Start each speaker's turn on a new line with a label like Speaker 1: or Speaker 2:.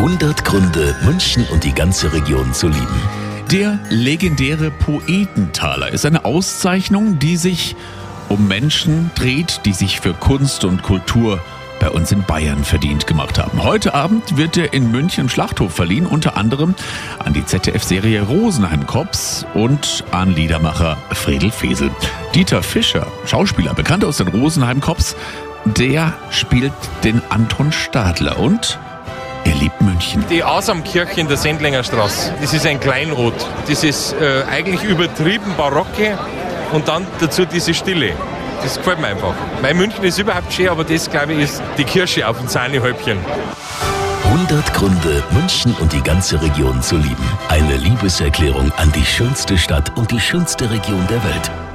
Speaker 1: 100 Gründe, München und die ganze Region zu lieben.
Speaker 2: Der legendäre Poetentaler ist eine Auszeichnung, die sich um Menschen dreht, die sich für Kunst und Kultur bei uns in Bayern verdient gemacht haben. Heute Abend wird er in München im Schlachthof verliehen, unter anderem an die ZDF-Serie Rosenheim Cops und an Liedermacher Fredel Fesel. Dieter Fischer, Schauspieler, bekannt aus den Rosenheim Cops, der spielt den Anton Stadler und er liebt München.
Speaker 3: Die Asamkirche in der Sendlinger Straße, das ist ein Kleinod. Das ist eigentlich übertrieben barocke und dann dazu diese Stille. Das gefällt mir einfach. Mein München ist überhaupt schön, aber das, glaube ich, ist die Kirsche auf dem Sahnehäubchen.
Speaker 1: 100 Gründe, München und die ganze Region zu lieben. Eine Liebeserklärung an die schönste Stadt und die schönste Region der Welt.